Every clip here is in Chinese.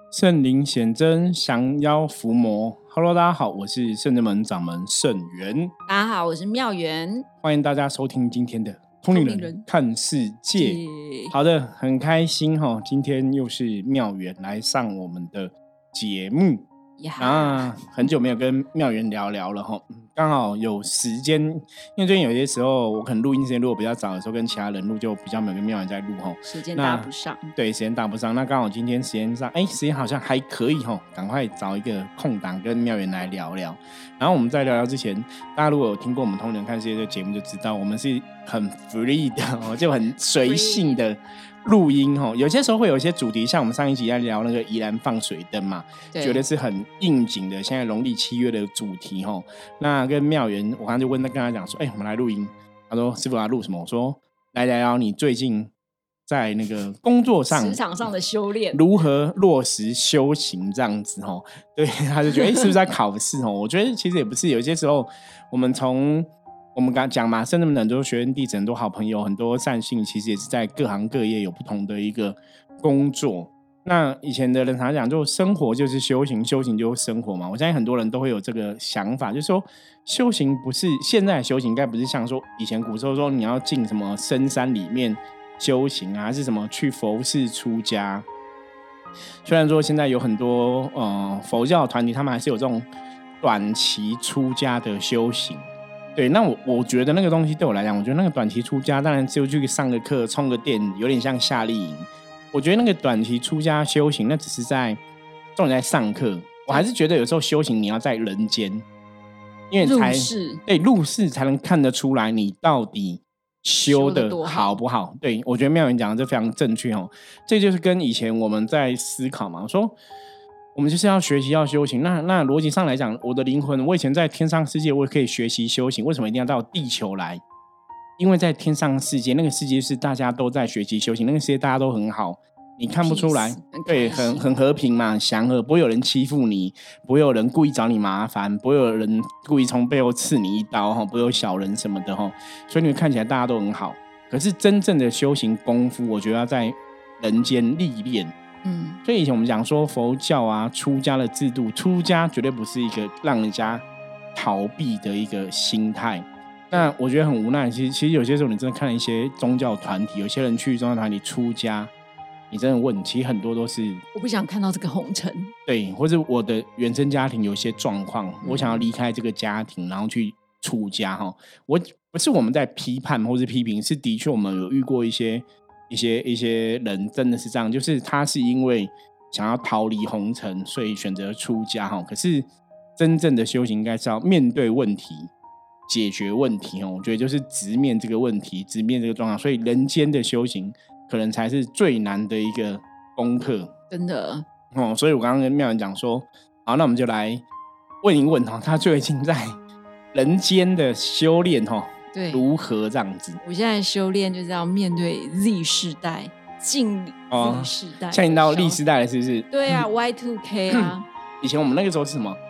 圣灵显真，降妖伏魔。Hello， 大家好，我是圣真门掌门圣元。 大家好，我是妙元， 欢迎大家收听今天的通灵人看世界。好的，很开心哈，今天又是妙元来上我们的节目。很久没有跟妙元聊聊了哈，刚好有时间，因为最近有些时候我可能录音时间如果比较早的时候跟其他人录，就比较没有跟妙元在录哈， 时间搭不上。 对，时间搭不上。那刚好今天时间上，时间好像还可以哈，赶快找一个空档跟妙元来聊聊。然后我们在聊聊之前，大家如果有听过我们通灵人看世界的节目，就知道我们是很 free 的，就很随性的录音。有些时候会有一些主题，像我们上一集在聊那个宜兰放水灯嘛，觉得是很应景的现在农历7月的主题。那跟妙元我刚刚就跟他讲说，我们来录音。他说师父要录什么？我说来聊聊你最近在那个工作上职场上的修炼， 如何落实修行这样子。对，他就觉得是不是在考试。我觉得其实也不是，有些时候我们刚刚讲嘛，甚至很多学员弟子，很多好朋友，很多善信，其实也是在各行各业有不同的一个工作。那以前的人常讲，就生活就是修行，修行就是生活嘛。我相信很多人都会有这个想法，就是说修行不是现在的修行，应该不是像说以前古时候说你要进什么深山里面修行啊，还是什么去佛寺出家。虽然说现在有很多佛教团体，他们还是有这种短期出家的修行。对，那我觉得那个东西对我来讲，我觉得那个短期出家当然就去上个课充个电，有点像夏令营。我觉得那个短期出家修行，那只是重点在上课。我还是觉得有时候修行你要在人间，因为入世才能看得出来你到底修的好不好。对，我觉得妙元讲的这非常正确。这就是跟以前我们在思考嘛，我说我们就是要学习要修行，那逻辑上来讲，我的灵魂，我以前在天上世界我也可以学习修行，为什么一定要到地球来？因为在天上世界，那个世界是大家都在学习修行，那个世界大家都很好，你看不出来，对，很和平嘛，祥和，不会有人欺负你，不会有人故意找你麻烦，不会有人故意从背后刺你一刀，不会有小人什么的，所以你看起来大家都很好。可是真正的修行功夫，我觉得要在人间历练。所以以前我们讲说佛教啊，出家的制度，出家绝对不是一个让人家逃避的一个心态。那我觉得很无奈，其实有些时候你真的看一些宗教团体，有些人去宗教团体出家，你真的问，其实很多都是我不想看到这个红尘， 对，或者我的原生家庭有一些状况，我想要离开这个家庭，然后去出家。我不是我们在批判或是批评，是的确我们有遇过一些人真的是这样，就是他是因为想要逃离红尘，所以选择出家。可是真正的修行应该是要面对问题，解决问题。我觉得就是直面这个问题，直面这个状况，所以人间的修行可能才是最难的一个功课， 真的。 所以我刚刚跟妙元讲说，好，那我们就来问一问他最近在人间的修炼对， 如何这样子？ 我现在修炼就是要面对 Z 世代，进 Z 世代， 像你到历世代了是不是？ 对啊，Y2K 啊。 以前我们那个时候是什么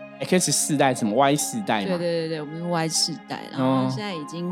X 世代，什么 Y 世代嘛？ 对，我们是 Y 世代，然后现在已经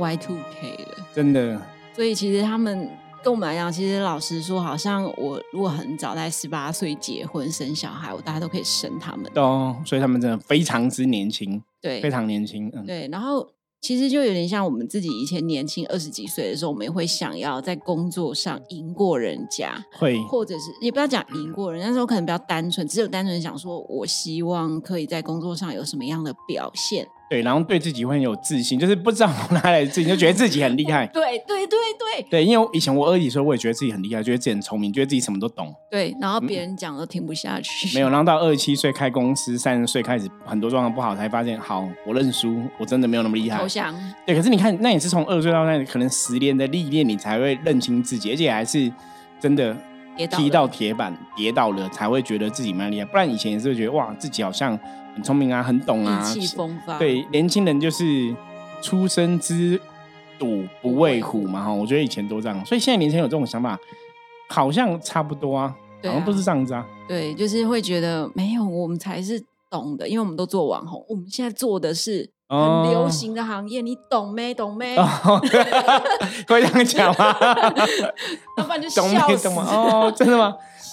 Y2K 了， 真的。 所以其实他们跟我们来讲，其实老实说，好像我如果很早在18岁结婚生小孩，大家都可以生他们。 所以他们真的非常之年轻， 对， 非常年轻。 对，然后其实就有点像我们自己以前年轻20几岁的时候，我们也会想要在工作上赢过人家， 会， 或者是也不要讲赢过人家，那时候可能比较单纯，只有单纯想说我希望可以在工作上有什么样的表现。 对，然后对自己会很有自信，就是不知道哪来的自信，就觉得自己很厉害。对，因为以前我20几岁，我也觉得自己很厉害，觉得自己很聪明，觉得自己什么都懂。 对，然后别人讲都听不下去。 没有，然后到27岁开公司，30岁开始很多状况不好，才发现好，我认输，我真的没有那么厉害。 投降。 对，可是你看，那也是从20岁到那可能10年的历练，你才会认清自己，而且还是真的踢到铁板，跌倒了才会觉得自己蛮厉害。不然以前也是会觉得哇，自己好像很聪明啊，很懂啊， 意气风发。 对，年轻人就是初生之犊不畏虎嘛，我觉得以前都这样，所以现在年轻人有这种想法，好像差不多啊，好像都是这样子啊。 对，就是会觉得没有，我们才是懂的，因为我们都做网红，我们现在做的是很流行的行业，你懂没？懂没？ 会这样讲吗？ 要不然就笑死。 懂吗？真的吗？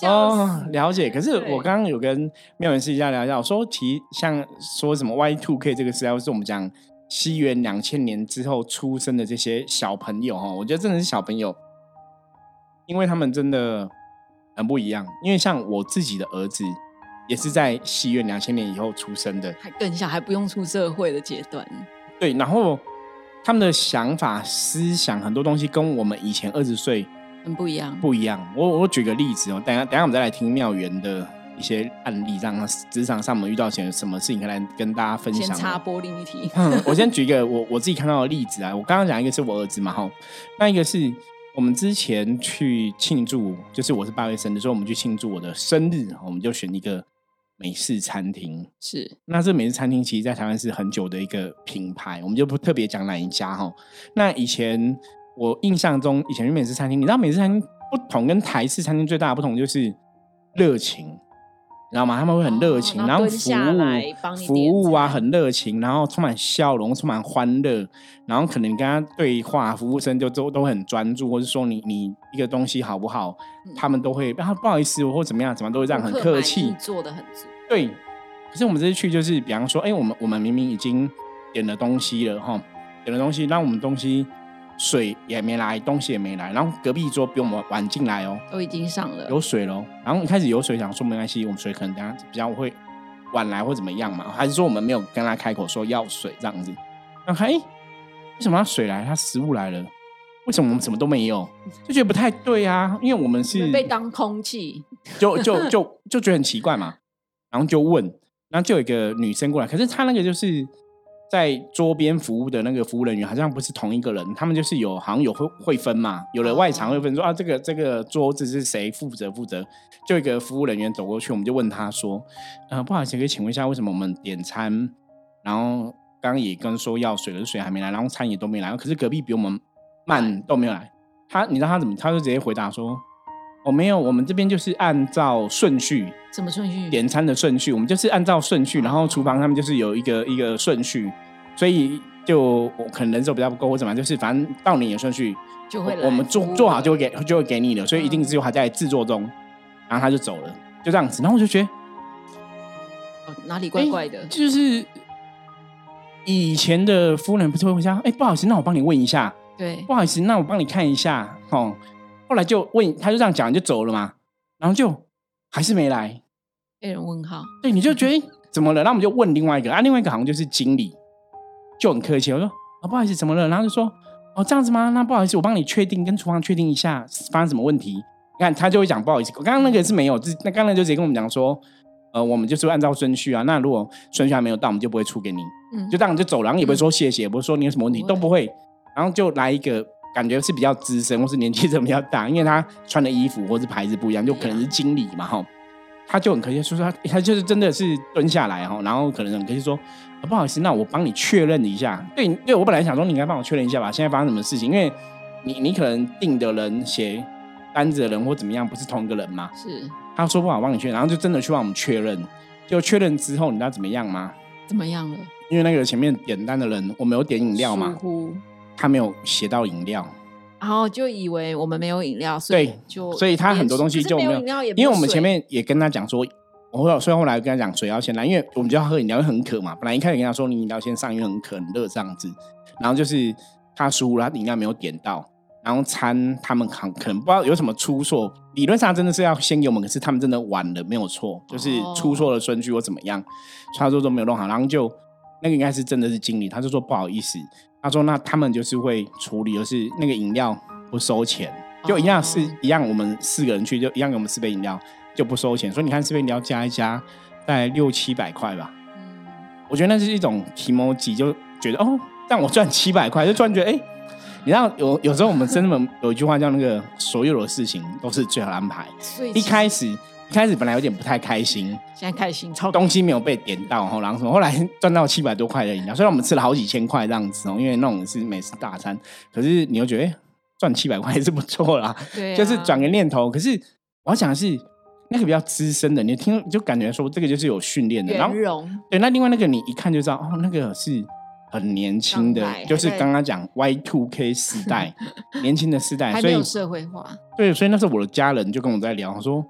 了解。可是对我刚刚有跟妙文私下聊聊，说其实像说什么 Y2K 这个时代，或是我们讲西元2000年之后出生的这些小朋友，我觉得真的是小朋友，因为他们真的很不一样。因为像我自己的儿子，也是在西元2000年以后出生的， 还更小，还不用出社会的阶段。 对，然后他们的想法、思想很多东西跟我们以前20岁很不一样。 不一样。我举个例子哦，等一下我们再来听妙元的一些案例，让职场上我们遇到什么事情可以来跟大家分享。 先插播另一题。 我先举一个我自己看到的例子啊。我刚刚讲一个是我儿子嘛，那一个是我们之前去庆祝，就是我是8月生日，所以我们去庆祝我的生日，我们就选一个美式餐厅。 是， 那这美式餐厅其实在台湾是很久的一个品牌，我们就不特别讲哪一家。那以前我印象中，以前去美式餐厅，你知道美式餐厅不同跟台式餐厅最大的不同就是热情，你知道吗？他们会很热情，然后服务啊很热情，然后充满笑容，充满欢乐，然后可能你跟他对话，服务生就都很专注，或者说你一个东西好不好，他们都会不好意思或怎么样都会这样很客气， 做得很足。 对，可是我们这次去就是比方说，我们明明已经点了东西了点了东西，让我们东西水也没来，东西也没来，然后隔壁桌比我们晚进来都已经上了， 有水了。然后一开始有水，想说没关系，我们水可能等下比较会晚来或怎么样嘛，还是说我们没有跟他开口说要水这样子？然后看，为什么他水来，他食物来了，为什么我们什么都没有？就觉得不太对啊，因为我们是被当空气， 就觉得很奇怪嘛。然后就问，然后就有一个女生过来，可是她那个就是在桌边服务的那个服务人员好像不是同一个人，他们就是好像有会分嘛，有的外场会分说这个桌子是谁负责，就一个服务人员走过去，我们就问他说，不好意思，可以请问一下为什么我们点餐，然后刚刚也跟说要水的水还没来，然后餐也都没来，可是隔壁比我们慢都没有来。你知道他怎么？他就直接回答说，没有，我们这边就是按照顺序。 什么顺序？ 点餐的顺序，我们就是按照顺序，然后厨房他们就是有一个顺序，所以就可能人手比较不够或怎么样，就是反正到你的顺序就会来， 我们做好就会给你的，所以一定是还在制作中，然后他就走了，就这样子。然后我就觉得哪里怪怪的， 就是以前的夫人不是会问一下，不好意思，那我帮你问一下， 对， 不好意思，那我帮你看一下，后来就问，他就这样讲就走了嘛，然后就还是没来， 被人问号， 对，你就觉得怎么了？然后我们就问另外一个另外一个好像就是经理，就很客气，我说不好意思，怎么了？然后就说这样子吗？那不好意思，我帮你确定跟厨房确定一下发生什么问题。你看他就会讲不好意思，刚刚那个是没有，那刚刚就直接跟我们讲说，我们就是按照顺序啊，那如果顺序还没有到，我们就不会出给你，就这样就走了，然后也不会说谢谢，也不会说你有什么问题，都不会。然后就来一个感觉是比较资深或是年纪比较大，因为他穿的衣服或是牌子不一样，就可能是经理嘛他就很客气说他就是真的是蹲下来然后可能很客气说不好意思，那我帮你确认一下。对，我本来想说你应该帮我确认一下吧，现在发生什么事情？因为你可能订的人写单子的人或怎么样不是同一个人嘛。 是， 他说不好帮你确认，然后就真的去帮我们确认。就确认之后你知道怎么样吗？ 怎么样了？ 因为那个前面点单的人我们有点饮料嘛，他没有写到饮料， 然后就以为我们没有饮料，所以他很多东西就没有饮料， 因为我们前面也跟他讲说，所以后来跟他讲水要先来，因为我们就要喝饮料，因为很渴嘛。本来一开始跟他说你饮料先上，因为很渴很热这样子。然后就是他疏忽了，他饮料没有点到，然后餐他们可能不知道有什么出错，理论上真的是要先给我们，可是他们真的晚了没有错，就是出错了顺序或怎么样，所以他说都没有弄好。然后就那个应该是真的是经理，他就说不好意思，他说那他们就是会处理，就是那个饮料不收钱，就一样是一样，我们4个人去就一样给我们4杯饮料就不收钱，所以你看4杯饮料加一加大概600-700块吧。我觉得那是一种 kimoji， 就觉得让我赚700块，就突然觉得你知道有时候我们真的有一句话叫那个所有的事情都是最好的安排。一开始本来有点不太开心， 现在开心，超东西没有被点到，然后什么，后来赚到700多块的饮料，虽然我们吃了好几千块这样子因为那种是美食大餐，可是你又觉得赚700块也是不错啦， 对就是转个念头。可是我要讲的是那个比较资深的，你听就感觉说这个就是有训练的，然后对，那另外那个你一看就知道那个是很年轻的，就是刚刚讲 Y2K 时代年轻的时代， 还没有社会化。 对，所以那时候我的家人就跟我在聊说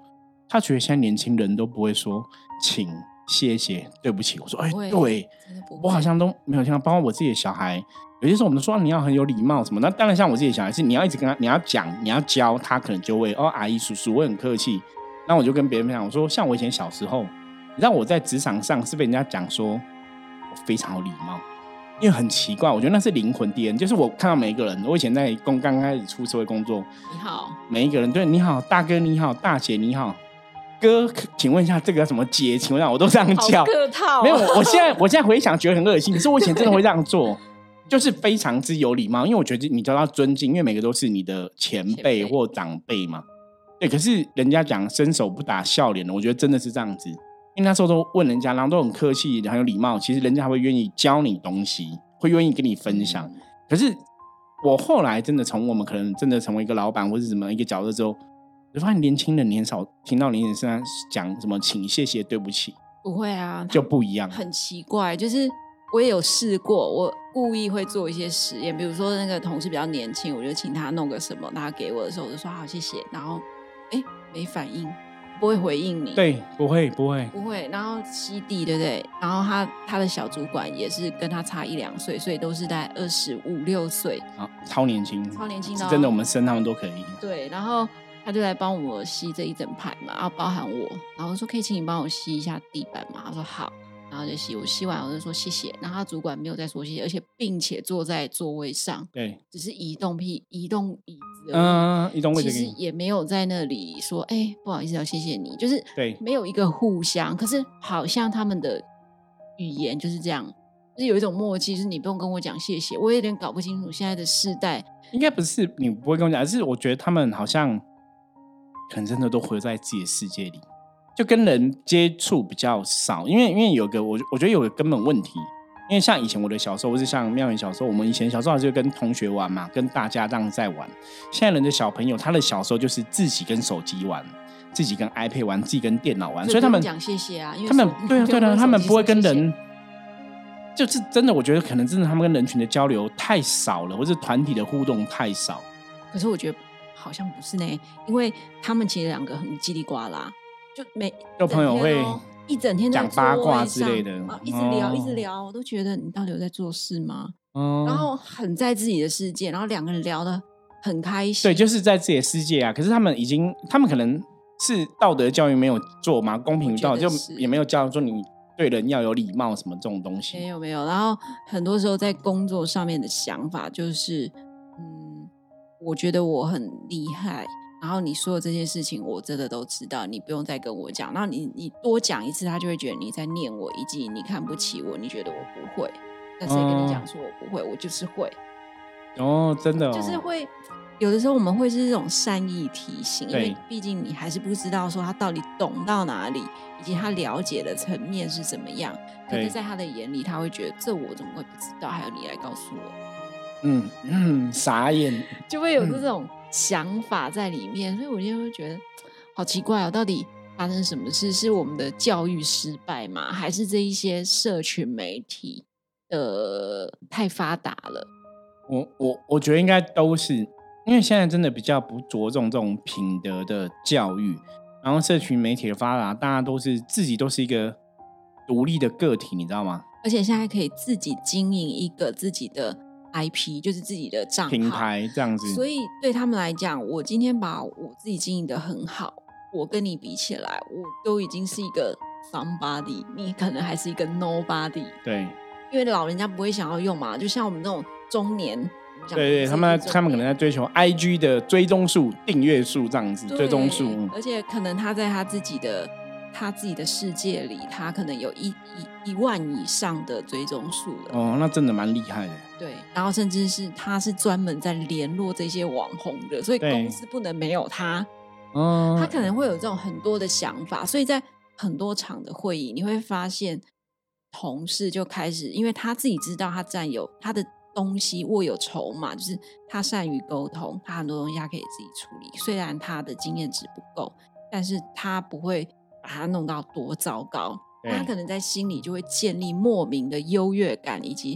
他觉得现在年轻人都不会说请、谢谢、对不起。我说对， 真的不会， 我好像都没有听到，包括我自己的小孩，有些时候我们都说你要很有礼貌什么。那当然，像我自己的小孩是你要一直跟他，你要讲，你要教他，可能就会阿姨叔叔，我很客气。那我就跟别人分享，我说像我以前小时候，你知道我在职场上是被人家讲说我非常有礼貌，因为很奇怪，我觉得那是灵魂 DNA，就是我看到每一个人，我以前在刚开始出社会工作， 你好， 每一个人对你好，大哥你好，大姐你好，哥，请问一下这个要怎么接？请问一下，我都这样叫， 好客套。 没有，我现在回想觉得很恶心，可是我以前真的会这样做，就是非常之有礼貌，因为我觉得你都要尊敬，因为每个都是你的前辈或长辈嘛。对，可是人家讲伸手不打笑脸的，我觉得真的是这样子。因为那时候都问人家，然后都很客气，很有礼貌，其实人家还会愿意教你东西，会愿意跟你分享。可是我后来真的从我们可能真的成为一个老板或是什么一个角色之后，我就发现年轻人你很少听到年轻人身上讲什么请、谢谢、对不起， 不会啊， 就不一样， 很奇怪。就是我也有试过，我故意会做一些实验，比如说那个同事比较年轻，我就请他弄个什么，他给我的时候我就说好谢谢，然后没反应，不会回应你， 对，不会， 然后西弟对不对？然后他的小主管也是跟他差1-2岁，所以都是在25、26岁， 超年轻， 超年轻的， 真的，我们生他们都可以。 对，然后他就来帮我吸这一整排嘛，然后包含我，然后我说可以请你帮我吸一下地板嘛？他说好，然后就吸，我吸完我就说谢谢，然后他主管没有再说谢谢，而且并且坐在座位上， 对， 只是移动椅子移动位置， 其实也没有在那里说不好意思要谢谢你，就是对， 没有一个互相，可是好像他们的语言就是这样，就是有一种默契，就是你不用跟我讲谢谢，我有点搞不清楚现在的世代， 应该不是你不会跟我讲，而是我觉得他们好像可能真的都活在自己的世界里，就跟人接触比较少，因为有个我觉得有个根本问题，因为像以前我的小时候，或是像妙云小时候，我们以前小时候还是跟同学玩嘛，跟大家这样在玩。现在人的小朋友，他的小时候就是自己跟手机玩，自己跟 iPad 玩，自己跟电脑玩，所以他们讲谢谢啊，因为他们对啊，他们不会跟人，就是真的，我觉得可能真的他们跟人群的交流太少了，或是团体的互动太少。 可是我觉得好像不是呢，因为他们其实2个很叽里呱啦，就朋友会一整天讲八卦之类的， 一直聊，我都觉得你到底有在做事吗？ 然后很在自己的世界，然后2个人聊得很开心， 对，就是在自己的世界啊。可是他们可能是道德教育没有做嘛，公平道德就也没有教说你对人要有礼貌什么这种东西， 没有。然后很多时候在工作上面的想法就是，我觉得我很厉害。然后你说的这些事情我真的都知道，你不用再跟我讲，然后你多讲一次他就会觉得你在念我，以及你看不起我，你觉得我不会，那谁跟你讲说我不会，我就是会真的就是会有的时候我们会是这种善意提醒，因为毕竟你还是不知道说他到底懂到哪里，以及他了解的层面是怎么样，可是在他的眼里他会觉得这我怎么会不知道，还有你来告诉我， 傻眼， 就会有这种想法在里面，所以我就会觉得好奇怪到底发生什么事？是我们的教育失败吗？还是这一些社群媒体太发达了？ 我觉得应该都是，因为现在真的比较不着重这种品德的教育，然后社群媒体的发达，大家都是自己都是一个独立的个体，你知道吗？ 而且现在可以自己经营一个自己的IP， 就是自己的账号平台这样子， 所以对他们来讲，我今天把我自己经营的很好，我跟你比起来，我都已经是一个 somebody， 你可能还是一个 nobody。 对， 因为老人家不会想要用嘛，就像我们这种中年， 对，他们可能在追求 IG 的追踪数、订阅数这样子，追踪数， 而且可能他在他自己的世界里，他可能有1万以上的追踪数了。 那真的蛮厉害的。 对，然后甚至是他是专门在联络这些网红的，所以公司不能没有他。他可能会有这种很多的想法，所以在很多场的会议，你会发现同事就开始，因为他自己知道他占有他的东西，握有筹码，就是他善于沟通，他很多东西他可以自己处理。虽然他的经验值不够，但是他不会把它弄到多糟糕。他可能在心里就会建立莫名的优越感，以及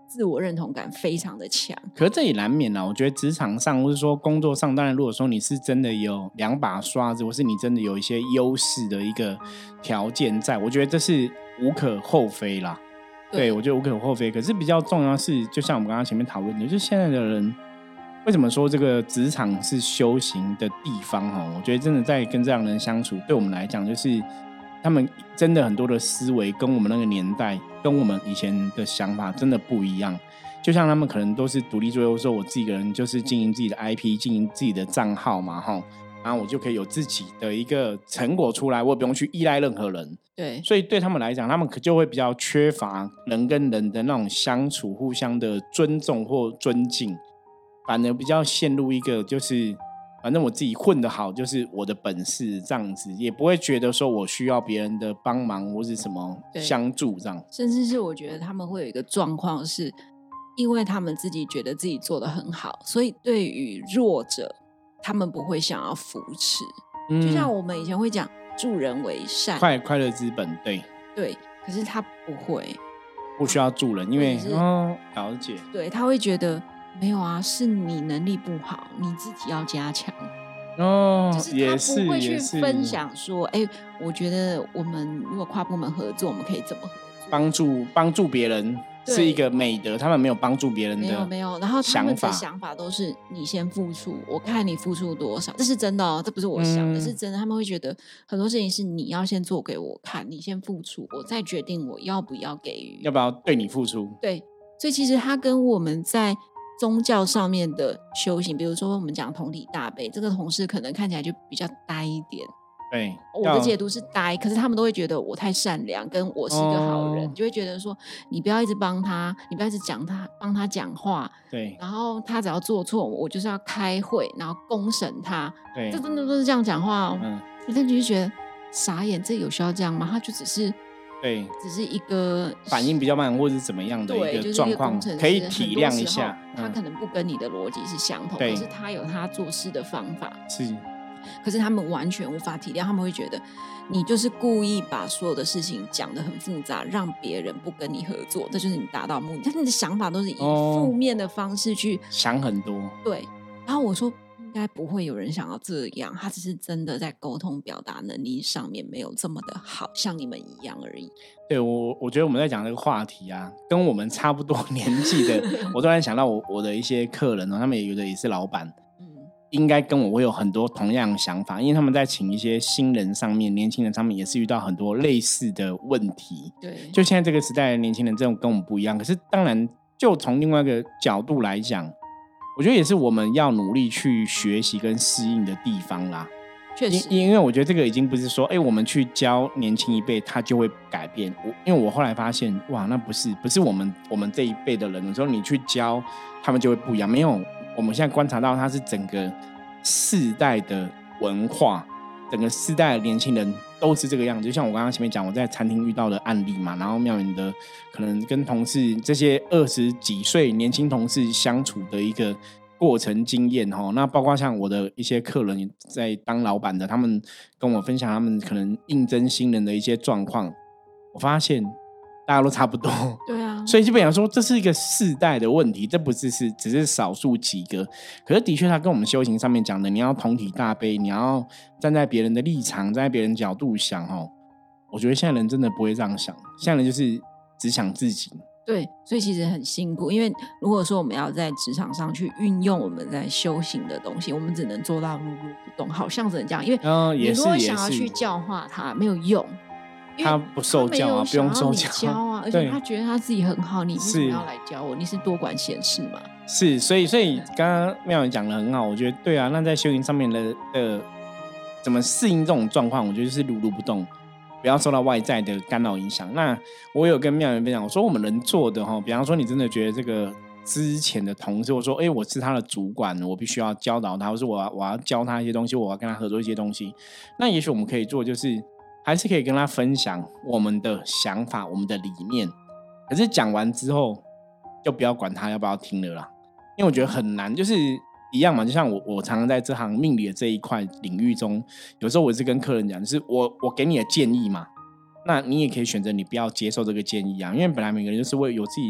自我认同感非常的强。 可是这也难免啦，我觉得职场上或者说工作上，当然如果说你是真的有2把刷子，或是你真的有一些优势的一个条件在，我觉得这是无可厚非啦。对，我觉得无可厚非。可是比较重要的是，就像我们刚刚前面讨论的，就是现在的人为什么说这个职场是修行的地方，我觉得真的在跟这样的人相处，对我们来讲就是他们真的很多的思维跟我们那个年代跟我们以前的想法真的不一样。就像他们可能都是独立作业，说我自己一个人就是经营自己的 IP， 经营自己的账号嘛，然后我就可以有自己的一个成果出来，我也不用去依赖任何人。 对， 所以对他们来讲，他们就会比较缺乏人跟人的那种相处，互相的尊重或尊敬，反而比较陷入一个就是反正我自己混得好就是我的本事这样子，也不会觉得说我需要别人的帮忙或是什么相助这样。 甚至是我觉得他们会有一个状况是，因为他们自己觉得自己做得很好，所以对于弱者他们不会想要扶持。就像我们以前会讲助人为善， 快乐之本。对， 可是他不会， 不需要助人，因为了解。 对，他会觉得没有啊，是你能力不好，你自己要加强。就是他不会去分享说，我觉得我们如果跨部门合作，我们可以怎么合作， 帮助别人是一个美德，他们没有帮助别人的没有，然后他们的想法都是你先付出，我看你付出多少，这是真的哦，这不是我想的，是真的。他们会觉得很多事情是你要先做给我看，你先付出，我再决定我要不要给予， 要不要对你付出。 对，所以其实他跟我们在宗教上面的修行，比如说我们讲同体大悲，这个同事可能看起来就比较呆一点。 对， 我的解读是呆，可是他们都会觉得我太善良，跟我是一个好人，就会觉得说你不要一直帮他，你不要一直帮他讲话， 对， 然后他只要做错，我就是要开会，然后公审他， 对， 这真的都是这样讲话哦。我真的就觉得傻眼，这有需要这样吗？他就只是一个反应比较慢，或者是怎么样的一个状况，可以体谅一下。 他可能不跟你的逻辑是相同，可是他有他做事的方法。 是。 可是他们完全无法体谅，他们会觉得你就是故意把所有的事情讲得很复杂，让别人不跟你合作，这就是你达到目的。但是你的想法都是以负面的方式去想很多。对， 然后我说应该不会有人想要这样，他只是真的在沟通表达能力上面没有这么的好，像你们一样而已。 对，我觉得我们在讲这个话题啊，跟我们差不多年纪的，我突然想到我的一些客人，他们有的也是老板。应该跟我会有很多同样的想法，因为他们在请一些新人上面，年轻人上面也是遇到很多类似的问题。 对， 就现在这个时代的年轻人，这种跟我们不一样。可是当然，就从另外一个角度来讲，我觉得也是我们要努力去学习跟适应的地方啦。 确实， 因为我觉得这个已经不是说，我们去教年轻一辈，他就会改变。因为我后来发现，哇，那不是我们这一辈的人，有时候你去教他们就会不一样。没有。我们现在观察到，它是整个世代的文化，整个世代的年轻人都是这个样子。就像我刚刚前面讲，我在餐厅遇到的案例嘛，然后妙云的可能跟同事这些20几岁年轻同事相处的一个过程经验，那包括像我的一些客人在当老板的，他们跟我分享他们可能应征新人的一些状况，我发现大家都差不多。 对啊， 所以基本上说这是一个世代的问题，这不是只是少数几个。可是的确他跟我们修行上面讲的，你要同体大悲，你要站在别人的立场，站在别人角度想，我觉得现在人真的不会这样想，现在人就是只想自己。 对，所以其实很辛苦，因为如果说我们要在职场上去运用我们在修行的东西，我们只能做到如如不动，好像只能这样。因为你如果想要去教化他，没有用。 他不受教啊，不用受教啊，而且他觉得他自己很好，你为什么要来教我？你是多管闲事吗？ 是，所以刚刚妙云讲的很好，我觉得对啊。那在修行上面的怎么适应这种状况，我觉得就是如如不动，不要受到外在的干扰影响。那我有跟妙云分享，我说我们能做的比方说你真的觉得这个之前的同事，我说我是他的主管，我必须要教导他，或是我要教他一些东西，我要跟他合作一些东西。那也许我们可以做就是还是可以跟他分享我们的想法，我们的理念。可是讲完之后就不要管他要不要听了啦，因为我觉得很难，就是一样嘛。就像我常常在这行命理的这一块领域中，有时候我是跟客人讲，就是我给你的建议嘛，那你也可以选择你不要接受这个建议啊，因为本来每个人就是会有自己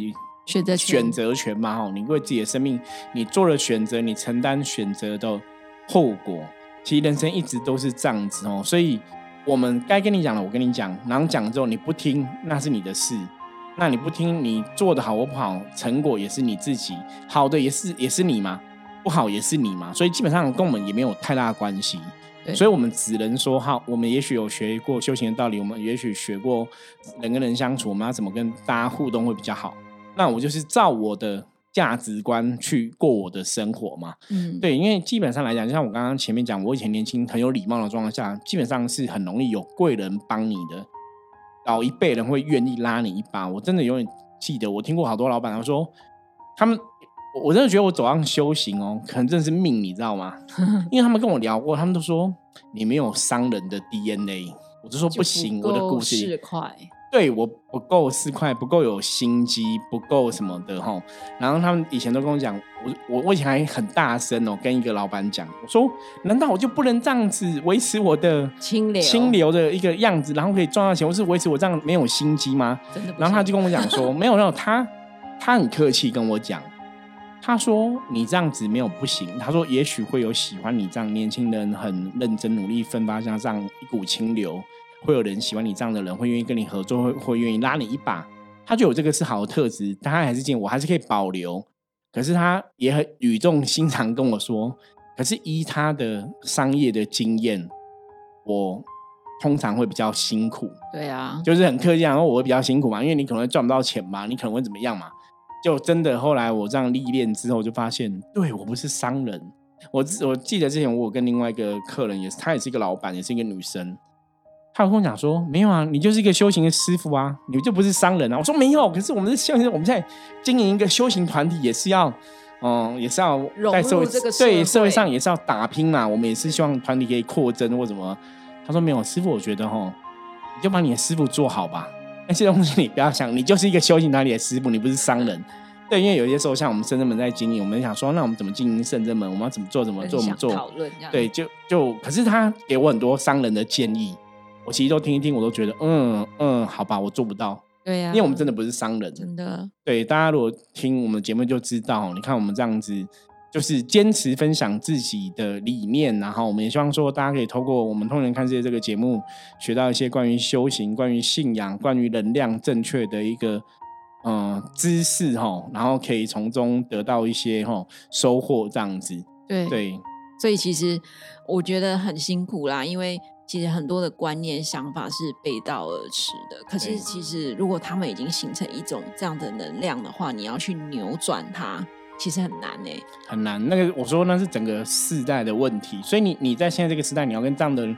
选择权嘛，你为自己的生命你做了选择，你承担选择的后果。其实人生一直都是这样子所以我们该跟你讲的我跟你讲，然后讲了之后你不听那是你的事，那你不听你做的好或不好，成果也是你自己，好的也是你嘛，不好也是你嘛，所以基本上跟我们也没有太大的关系。所以我们只能说好，我们也许有学过修行的道理，我们也许学过人跟人相处，我们要怎么跟大家互动会比较好，那我就是照我的价值观去过我的生活嘛。对，因为基本上来讲，就像我刚刚前面讲，我以前年轻很有礼貌的状况下，基本上是很容易有贵人帮你的，老一辈人会愿意拉你一把。我真的永远记得，我听过好多老板他说，他们我真的觉得我走上修行可能真的是命，你知道吗？因为他们跟我聊过，他们都说你没有商人的 DNA， 我就说不行，我的故事对我不够4块，不够有心机，不够什么的然后他们以前都跟我讲，我以前还很大声跟一个老板讲，我说难道我就不能这样子维持我的清流的一个样子，然后可以赚到钱，或是维持我这样没有心机吗？然后他就跟我讲说没有他很客气跟我讲，他说你这样子没有不行，他说也许会有喜欢你这样年轻人很认真努力奋发，像这样一股清流，会有人喜欢你这样的人，会愿意跟你合作，会愿意拉你一把，他就有这个是好的特质，但他还是建议我还是可以保留。可是他也很语重心长跟我说，可是依他的商业的经验，我通常会比较辛苦。 对啊， 就是很客气讲说我会比较辛苦嘛，因为你可能会赚不到钱嘛，你可能会怎么样嘛。就真的后来我这样历练之后，就发现对我不是商人。我记得之前我有跟另外一个客人，她也是一个老板，也是一个女生，她有跟我讲说没有啊，你就是一个修行的师傅啊，你就不是商人啊。我说没有，可是我们是修行，我们现在经营一个修行团体，也是要在融入这个对社会上也是要打拼嘛，我们也是希望团体可以扩增或什么。他说没有，师傅，我觉得你就把你的师傅做好吧，那些东西你不要想，你就是一个修行团体的师傅，你不是商人。对，因为有些时候像我们圣真门在经营，我们想说那我们怎么经营圣真门，我们要怎么做讨论这样。 对，可是他给我很多商人的建议，我其实都听一听，我都觉得好吧，我做不到。 对啊， 因为我们真的不是商人， 真的。 对，大家如果听我们的节目就知道，你看我们这样子就是坚持分享自己的理念，然后我们也希望说大家可以透过我们通人看世界这个节目学到一些关于修行、关于信仰、关于能量正确的一个知识然后可以从中得到一些收获这样子。对， 所以其实我觉得很辛苦啦，因为其实很多的观念想法是背道而驰的，可是其实如果他们已经形成一种这样的能量的话，你要去扭转它其实很难很难。那个我说那是整个世代的问题，所以你在现在这个时代，你要跟这样的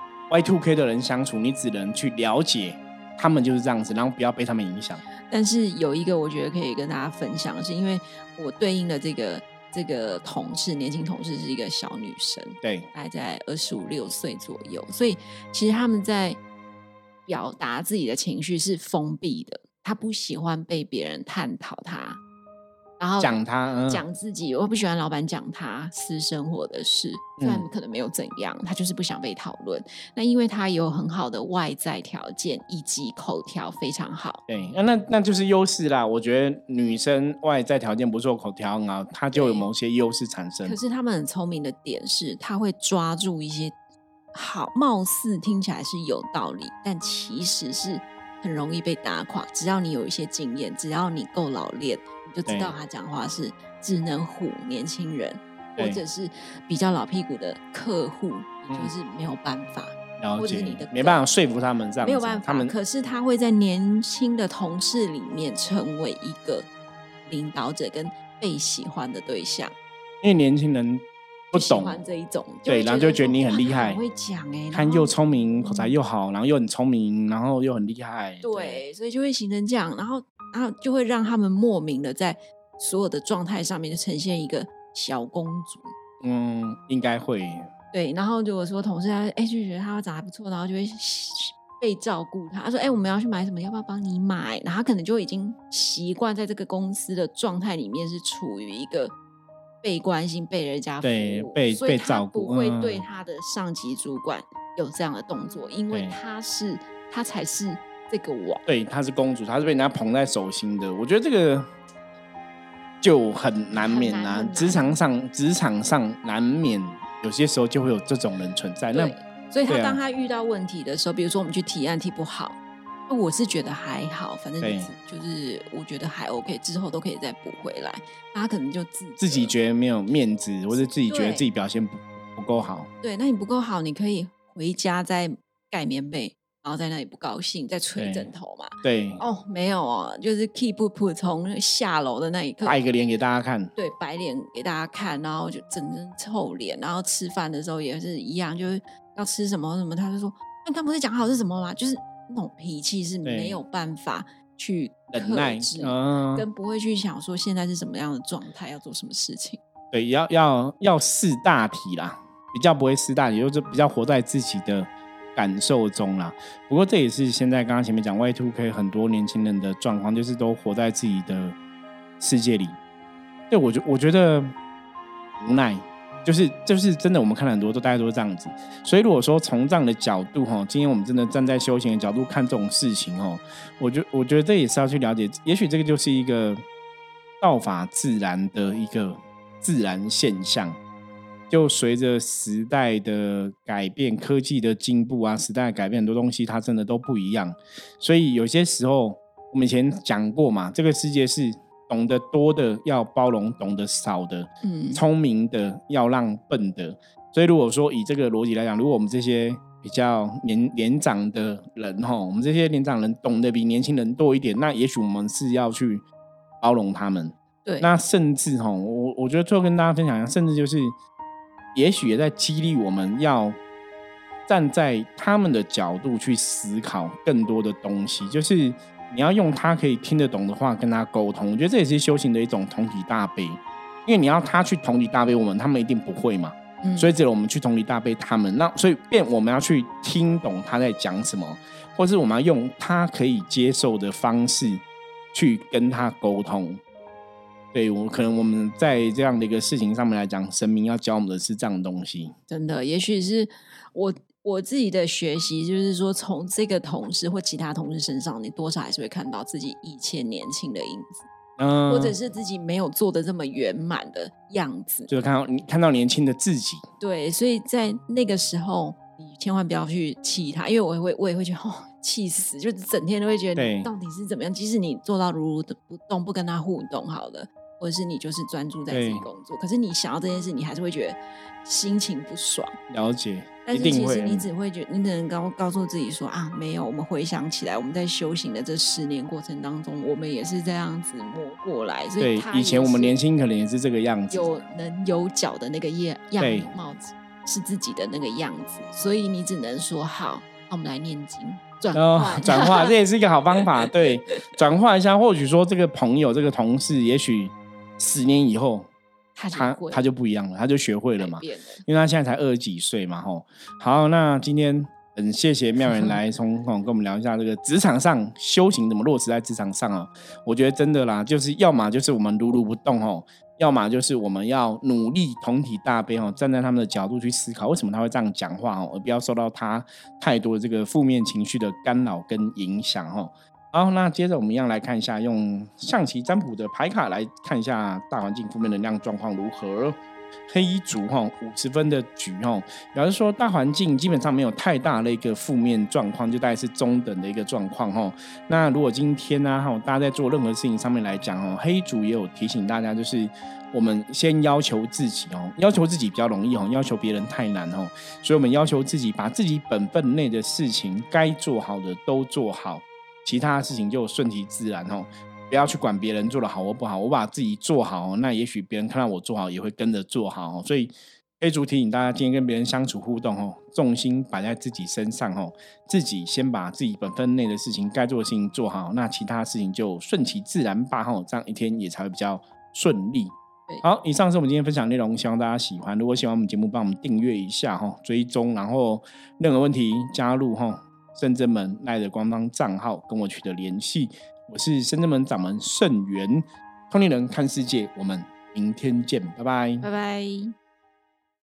Y2K 的人相处，你只能去了解他们就是这样子，然后不要被他们影响。 但是有一个我觉得可以跟大家分享的是，因为我对应的这个同事，年轻同事是一个小女生， 对， 大概在25、26岁左右，所以其实他们在表达自己的情绪是封闭的，她不喜欢被别人探讨她，然后讲自己，我不喜欢老板讲他私生活的事，虽然可能没有怎样，他就是不想被讨论。那因为他有很好的外在条件以及口条非常好， 对，那就是优势啦。我觉得女生外在条件不错，口条很好，她就有某些优势产生。 可是他们很聪明的点是，他会抓住一些好，貌似听起来是有道理，但其实是很容易被打垮。只要你有一些经验，只要你够老练，就知道他讲话是只能唬年轻人，或者是比较老屁股的客户，你就是没有办法，或者你的没办法说服他们这样子， 没有办法。可是他会在年轻的同事里面成为一个领导者跟被喜欢的对象， 因为年轻人不懂喜欢这一种， 对，然后就会觉得你很厉害， 很会讲看又聪明，口才又好，然后又很聪明，然后又很厉害， 对，所以就会形成这样，然后就会让他们莫名的在所有的状态上面就呈现一个小公主。 应该会。 对，然后如果说同事就觉得他长得还不错，然后就会被照顾他说我们要去买什么，要不要帮你买，然后他可能就已经习惯在这个公司的状态里面是处于一个被关心被人家服务， 被所以照顾， 不会对他的上级主管有这样的动作，因为他才是这个王， 对，她是公主，她是被人家捧在手心的。我觉得这个就很难免啊，职场上难免有些时候就会有这种人存在。那所以当他遇到问题的时候，比如说我们去提案提不好，那我是觉得还好，反正就是我觉得还 OK， 之后都可以再补回来。他可能就自己觉得没有面子，或者自己觉得自己表现不够好。 对，那你不够好，你可以回家再盖棉被，然后在那里不高兴，再捶枕头嘛。 对哦，没有哦，就是 keep up 从下楼的那一刻摆个脸给大家看， 对，摆脸给大家看，然后就整张臭脸，然后吃饭的时候也是一样，就是要吃什么什么，他就说那刚不是讲好是什么吗？就是那种脾气是没有办法去忍耐， 跟不会去想说现在是什么样的状态，要做什么事情。 对，要识大体啦，比较不会识大体，就是比较活在自己的感受中啦。不过这也是现在刚刚前面讲 Y2K 很多年轻人的状况，就是都活在自己的世界里。对，我觉得无奈，就是真的，我们看了很多，大家都是这样子。所以如果说从这样的角度，今天我们真的站在修行的角度看这种事情，我觉得这也是要去了解，也许这个就是一个道法自然的一个自然现象。就随着时代的改变，科技的进步啊，时代的改变，很多东西它真的都不一样。所以有些时候我们以前讲过嘛，这个世界是懂得多的要包容懂得少的，聪明的要让笨的。所以如果说以这个逻辑来讲，如果我们这些比较年长的人，我们这些年长人懂得比年轻人多一点，那也许我们是要去包容他们。 对， 那甚至我觉得最后跟大家分享一下，甚至就是也许也在激励我们要站在他们的角度去思考更多的东西，就是你要用他可以听得懂的话跟他沟通。我觉得这也是修行的一种同体大悲，因为你要他去同体大悲我们，他们一定不会嘛，所以只有我们去同体大悲他们。那所以我们要去听懂他在讲什么，或是我们要用他可以接受的方式去跟他沟通。对，可能我们在这样的一个事情上面来讲，神明要教我们的是这样的东西。 真的，也许是我自己的学习，就是说从这个同事或其他同事身上，你多少还是会看到自己以前年轻的影子，或者是自己没有做的这么圆满的样子， 就是看到年轻的自己。 对，所以在那个时候，你千万不要去气他，因为我也会觉得气死，就整天都会觉得你到底是怎么样。即使你做到如如的不动，不跟他互动好了。或者是你就是专注在自己工作，可是你想要这件事，你还是会觉得心情不爽。 了解， 但是其实你只会觉得，你只能告诉自己说啊，没有。我们回想起来，我们在修行的这10年过程当中，我们也是这样子磨过来。所以以前我们年轻可能也是这个样子， 有棱有角的那个样貌子是自己的那个样子，所以你只能说好，那我们来念经。 转化这也是一个好方法。对，转化一下，或许说这个朋友这个同事也许10年以后他就不一样了，他就学会了嘛，因为他现在才20几岁嘛。好，那今天很谢谢妙人来跟我们聊一下这个职场上修行怎么落实在职场上。我觉得真的啦，就是要么就是我们如如不动，要么就是我们要努力同体大悲，站在他们的角度去思考为什么他会这样讲话，而不要受到他太多的这个负面情绪的干扰跟影响。好，那接着我们一样来看一下用象棋占卜的牌卡来看一下大环境负面能量状况如何。黑竹50分的局表示说大环境基本上没有太大的一个负面状况，就大概是中等的一个状况。那如果今天大家在做任何事情上面来讲，黑竹也有提醒大家，就是我们先要求自己要求自己比较容易要求别人太难所以我们要求自己把自己本分内的事情该做好的都做好，其他的事情就顺其自然不要去管别人做得好或不好，我把自己做好，那也许别人看到我做好也会跟着做好。所以黑竹提醒大家，今天跟别人相处互动重心摆在自己身上自己先把自己本分内的事情该做的事情做好，那其他事情就顺其自然吧这样一天也才会比较顺利。好，以上是我们今天分享的内容，希望大家喜欢。如果喜欢我们节目，帮我们订阅一下追踪，然后任何问题加入圣真门赖的官方账号跟我取得联系。我是圣真门掌门圣元，通灵人看世界，我们明天见，拜拜， 拜拜。